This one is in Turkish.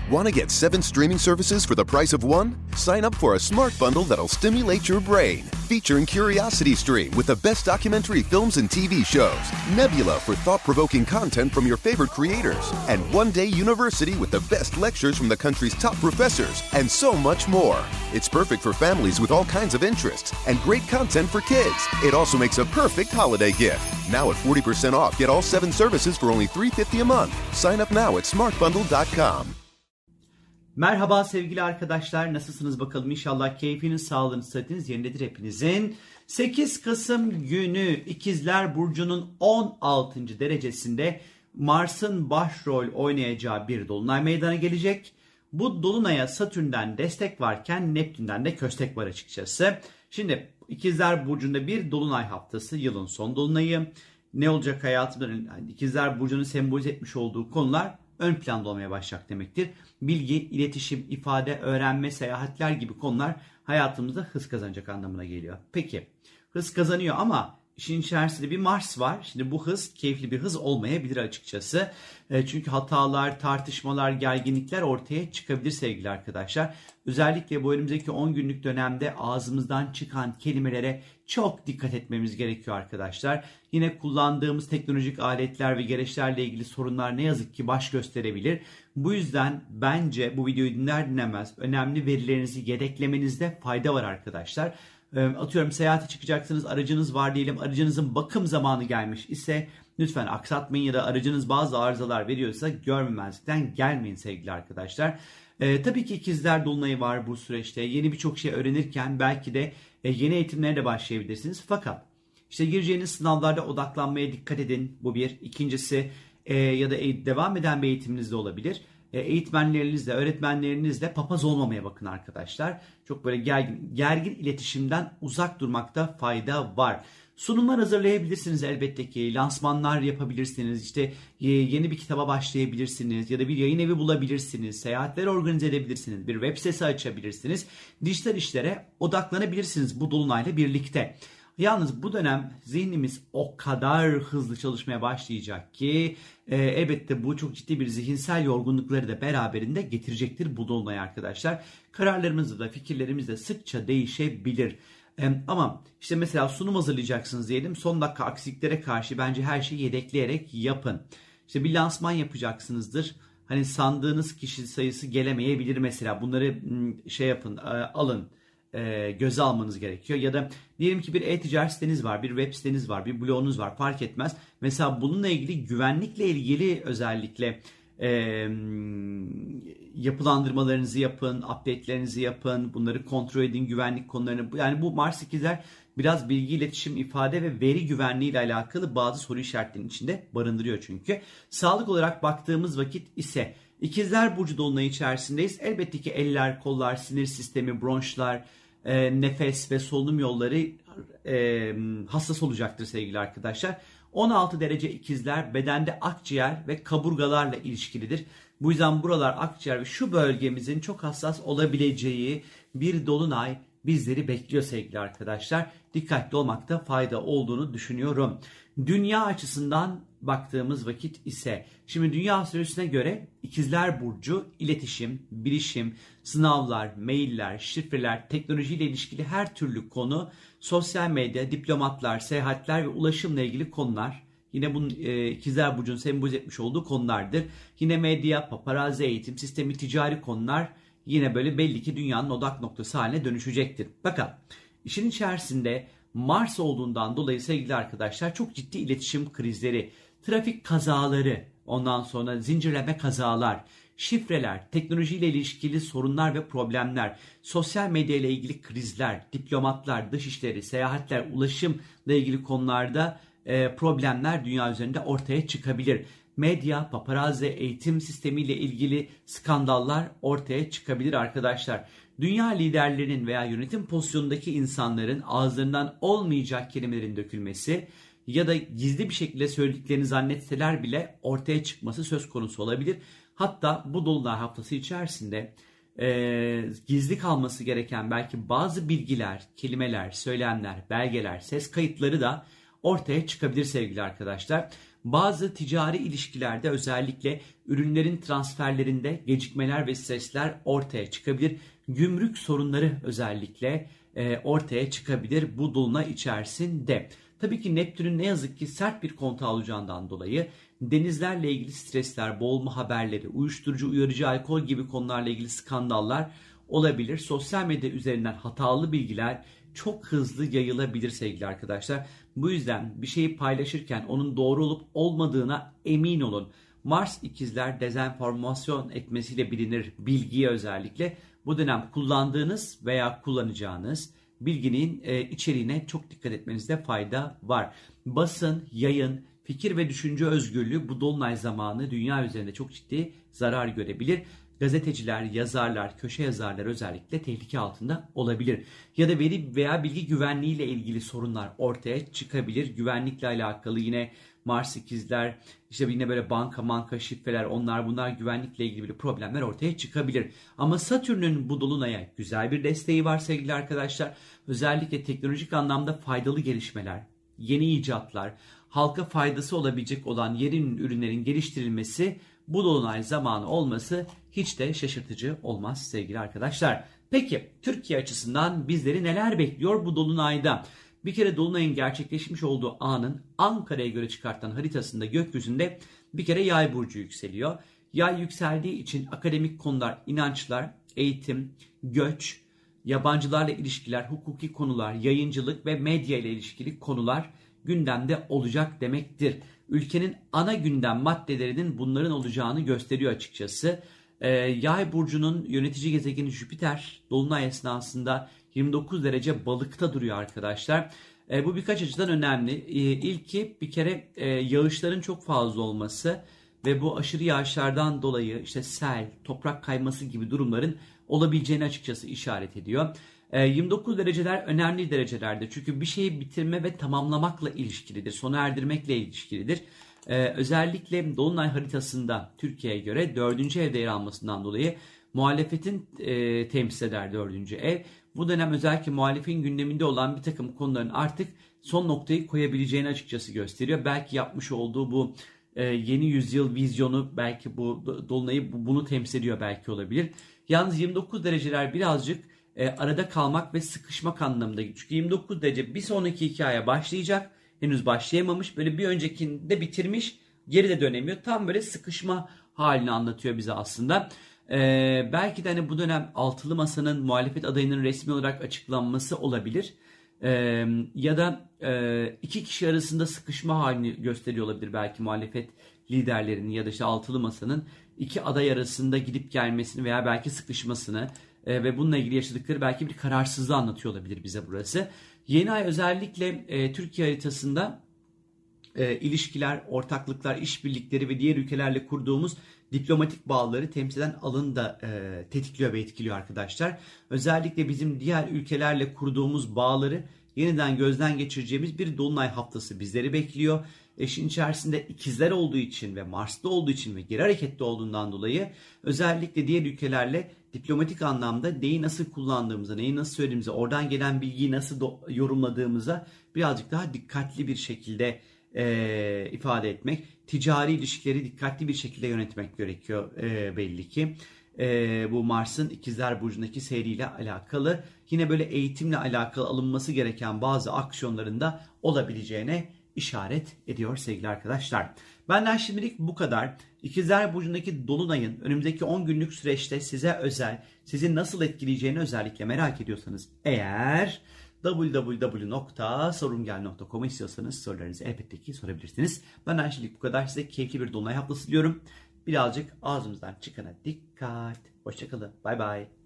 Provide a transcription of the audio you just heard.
Want to get 7 streaming services for the price of one? Sign up for a smart bundle that'll stimulate your brain. Featuring Curiosity Stream with the best documentary films and TV shows, Nebula for thought-provoking content from your favorite creators, and One Day University with the best lectures from the country's top professors, and so much more. It's perfect for families with all kinds of interests, and great content for kids. It also makes a perfect holiday gift. Now at 40% off, get all 7 services for only $3.50 a month. Sign up now at smartbundle.com. Merhaba sevgili arkadaşlar, nasılsınız bakalım? İnşallah keyfiniz, sağlığınız, sıhhatiniz yerindedir hepinizin. 8 Kasım günü İkizler Burcu'nun 16. derecesinde Mars'ın başrol oynayacağı bir dolunay meydana gelecek. Bu dolunaya Satürn'den destek varken Neptün'den de köstek var açıkçası. Şimdi İkizler Burcu'nda bir dolunay haftası, yılın son dolunayı. Ne olacak hayatımda? Yani İkizler Burcu'nun sembolize etmiş olduğu konular ön planda olmaya başlayacak demektir. Bilgi, iletişim, ifade, öğrenme, seyahatler gibi konular hayatımızda hız kazanacak anlamına geliyor. Peki, hız kazanıyor ama işin içerisinde bir Mars var. Şimdi bu hız keyifli bir hız olmayabilir açıkçası. Çünkü hatalar, tartışmalar, gerginlikler ortaya çıkabilir sevgili arkadaşlar. Özellikle bu önümüzdeki 10 günlük dönemde ağzımızdan çıkan kelimelere çok dikkat etmemiz gerekiyor arkadaşlar. Yine kullandığımız teknolojik aletler ve gereçlerle ilgili sorunlar ne yazık ki baş gösterebilir. Bu yüzden bence bu videoyu dinler dinlemez önemli verilerinizi yedeklemenizde fayda var arkadaşlar. Atıyorum seyahate çıkacaksınız, aracınız var diyelim, aracınızın bakım zamanı gelmiş ise lütfen aksatmayın ya da aracınız bazı arızalar veriyorsa görmemezlikten gelmeyin sevgili arkadaşlar. Tabii ki ikizler dolunayı var bu süreçte. Yeni birçok şey öğrenirken belki de yeni eğitimlere de başlayabilirsiniz. Fakat işte gireceğiniz sınavlarda odaklanmaya dikkat edin. Bu bir. İkincisi ya da devam eden bir eğitiminiz de olabilir. Eğitmenlerinizle, öğretmenlerinizle papaz olmamaya bakın arkadaşlar. Çok böyle gergin iletişimden uzak durmakta fayda var. Sunumlar hazırlayabilirsiniz elbette ki. Lansmanlar yapabilirsiniz. İşte yeni bir kitaba başlayabilirsiniz. Ya da bir yayın evi bulabilirsiniz. Seyahatler organize edebilirsiniz. Bir web sitesi açabilirsiniz. Dijital işlere odaklanabilirsiniz bu dolunayla birlikte. Yalnız bu dönem zihnimiz o kadar hızlı çalışmaya başlayacak ki elbette bu çok ciddi bir zihinsel yorgunlukları da beraberinde getirecektir bu dolunay arkadaşlar. Kararlarımız da fikirlerimiz de sıkça değişebilir. Ama işte mesela sunum hazırlayacaksınız diyelim, son dakika aksiliklere karşı bence her şeyi yedekleyerek yapın. İşte bir lansman yapacaksınızdır. Hani sandığınız kişi sayısı gelemeyebilir mesela, bunları yapın, alın. Göze almanız gerekiyor. Ya da diyelim ki bir e-ticaret siteniz var, bir web siteniz var, bir blogunuz var, fark etmez. Mesela bununla ilgili, güvenlikle ilgili özellikle yapılandırmalarınızı yapın, update'lerinizi yapın, bunları kontrol edin, güvenlik konularını. Yani bu Mars ikizler biraz bilgi, iletişim, ifade ve veri güvenliği ile alakalı bazı soru işaretlerinin içinde barındırıyor çünkü. Sağlık olarak baktığımız vakit ise İkizler Burcu dolunayı içerisindeyiz. Elbette ki eller, kollar, sinir sistemi, bronşlar, nefes ve solunum yolları hassas olacaktır sevgili arkadaşlar. 16 derece ikizler bedende akciğer ve kaburgalarla ilişkilidir. Bu yüzden buralar, akciğer ve şu bölgemizin çok hassas olabileceği bir dolunay bizleri bekliyor sevgili arkadaşlar. Dikkatli olmakta fayda olduğunu düşünüyorum. Dünya açısından baktığımız vakit ise, şimdi dünya astrolojisine göre İkizler Burcu iletişim, bilişim, sınavlar, mailler, şifreler, teknolojiyle ilişkili her türlü konu, sosyal medya, diplomatlar, seyahatler ve ulaşımla ilgili konular. Yine bunun İkizler Burcu'nun sembolize etmiş olduğu konulardır. Yine medya, paparazzi, eğitim sistemi, ticari konular yine böyle belli ki dünyanın odak noktası haline dönüşecektir. Bakın işin içerisinde Mars olduğundan dolayı sevgili arkadaşlar çok ciddi iletişim krizleri, trafik kazaları, ondan sonra zincirleme kazalar, şifreler, teknolojiyle ilişkili sorunlar ve problemler, sosyal medya ile ilgili krizler, diplomatlar, dışişleri, seyahatler, ulaşımla ilgili konularda problemler dünya üzerinde ortaya çıkabilir. Medya, paparazzi, eğitim sistemiyle ilgili skandallar ortaya çıkabilir arkadaşlar. Dünya liderlerinin veya yönetim pozisyonundaki insanların ağızlarından olmayacak kelimelerin dökülmesi ya da gizli bir şekilde söylediklerini zannetseler bile ortaya çıkması söz konusu olabilir. Hatta bu dolunay haftası içerisinde gizli kalması gereken belki bazı bilgiler, kelimeler, söylemler, belgeler, ses kayıtları da ortaya çıkabilir sevgili arkadaşlar. Bazı ticari ilişkilerde özellikle ürünlerin transferlerinde gecikmeler ve stresler ortaya çıkabilir. Gümrük sorunları özellikle ortaya çıkabilir bu dolunay içerisinde. Tabii ki Neptün'ün ne yazık ki sert bir kontağı olacağından dolayı denizlerle ilgili stresler, boğulma haberleri, uyuşturucu, uyarıcı, alkol gibi konularla ilgili skandallar olabilir. Sosyal medya üzerinden hatalı bilgiler çok hızlı yayılabilir sevgili arkadaşlar. Bu yüzden bir şeyi paylaşırken onun doğru olup olmadığına emin olun. Mars ikizler dezenformasyon etmesiyle bilinir, bilgiye özellikle. Bu dönem kullandığınız veya kullanacağınız bilginin içeriğine çok dikkat etmenizde fayda var. Basın, yayın, fikir ve düşünce özgürlüğü bu dolunay zamanı dünya üzerinde çok ciddi zarar görebilir. Gazeteciler, yazarlar, köşe yazarlar özellikle tehlike altında olabilir. Ya da veri veya bilgi güvenliği ile ilgili sorunlar ortaya çıkabilir. Güvenlikle alakalı yine Mars ikizler, işte yine böyle banka şifreler, onlar bunlar, güvenlikle ilgili bir problemler ortaya çıkabilir. Ama Satürn'ün bu dolunaya güzel bir desteği var sevgili arkadaşlar. Özellikle teknolojik anlamda faydalı gelişmeler, yeni icatlar, halka faydası olabilecek olan yeni ürünlerin geliştirilmesi, bu dolunay zamanı olması hiç de şaşırtıcı olmaz sevgili arkadaşlar. Peki Türkiye açısından bizleri neler bekliyor bu dolunayda? Bir kere dolunayın gerçekleşmiş olduğu anın Ankara'ya göre çıkartılan haritasında gökyüzünde bir kere Yay burcu yükseliyor. Yay yükseldiği için akademik konular, inançlar, eğitim, göç, yabancılarla ilişkiler, hukuki konular, yayıncılık ve medya ile ilişkili konular gündemde olacak demektir. Ülkenin ana gündem maddelerinin bunların olacağını gösteriyor açıkçası. Yay burcunun yönetici gezegeni Jüpiter dolunay esnasında 29 derece balıkta duruyor arkadaşlar. Bu birkaç açıdan önemli. İlki bir kere yağışların çok fazla olması ve bu aşırı yağışlardan dolayı işte sel, toprak kayması gibi durumların olabileceğini açıkçası işaret ediyor. 29 dereceler önemli derecelerdir. Çünkü bir şeyi bitirme ve tamamlamakla ilişkilidir. Sona erdirmekle ilişkilidir. Özellikle dolunay haritasında Türkiye'ye göre 4. evde yer almasından dolayı muhalefetin temsil eder 4. ev. Bu dönem özellikle muhalefetin gündeminde olan bir takım konuların artık son noktayı koyabileceğini açıkçası gösteriyor. Belki yapmış olduğu bu yeni yüzyıl vizyonu belki bu dolunayı bunu temsil ediyor belki olabilir. Yalnız 29 dereceler birazcık arada kalmak ve sıkışmak anlamında. Çünkü 29 derece bir sonraki hikaye başlayacak. Henüz başlayamamış. Böyle bir öncekini de bitirmiş. Geri de dönemiyor. Tam böyle sıkışma halini anlatıyor bize aslında. Belki de hani bu dönem altılı masanın muhalefet adayının resmi olarak açıklanması olabilir. Ya da iki kişi arasında sıkışma halini gösteriyor olabilir belki muhalefet liderlerinin ya da işte altılı masanın iki aday arasında gidip gelmesini veya belki sıkışmasını ve bununla ilgili yaşadıkları belki bir kararsızlığı anlatıyor olabilir bize burası. Yeni ay özellikle Türkiye haritasında ilişkiler, ortaklıklar, işbirlikleri ve diğer ülkelerle kurduğumuz diplomatik bağları temsil eden alanı da tetikliyor ve etkiliyor arkadaşlar. Özellikle bizim diğer ülkelerle kurduğumuz bağları yeniden gözden geçireceğimiz bir dolunay haftası bizleri bekliyor. İşin içerisinde ikizler olduğu için ve Mars'ta olduğu için ve geri hareketli olduğundan dolayı özellikle diğer ülkelerle diplomatik anlamda neyi nasıl kullandığımıza, neyi nasıl söylediğimize, oradan gelen bilgiyi nasıl yorumladığımıza birazcık daha dikkatli bir şekilde ifade etmek, ticari ilişkileri dikkatli bir şekilde yönetmek gerekiyor belli ki. Bu Mars'ın ikizler burcundaki seyriyle alakalı, yine böyle eğitimle alakalı alınması gereken bazı aksiyonlarında olabileceğine işaret ediyor sevgili arkadaşlar. Benden şimdilik bu kadar. İkizler burcundaki dolunayın önümüzdeki 10 günlük süreçte size özel, sizi nasıl etkileyeceğini özellikle merak ediyorsanız eğer www.sorungel.com istiyorsanız sorularınızı elbette ki sorabilirsiniz. Benden şimdilik bu kadar. Size keyifli bir dolunay haftası diliyorum. Birazcık ağzımızdan çıkana dikkat. Hoşçakalın. Bay bay.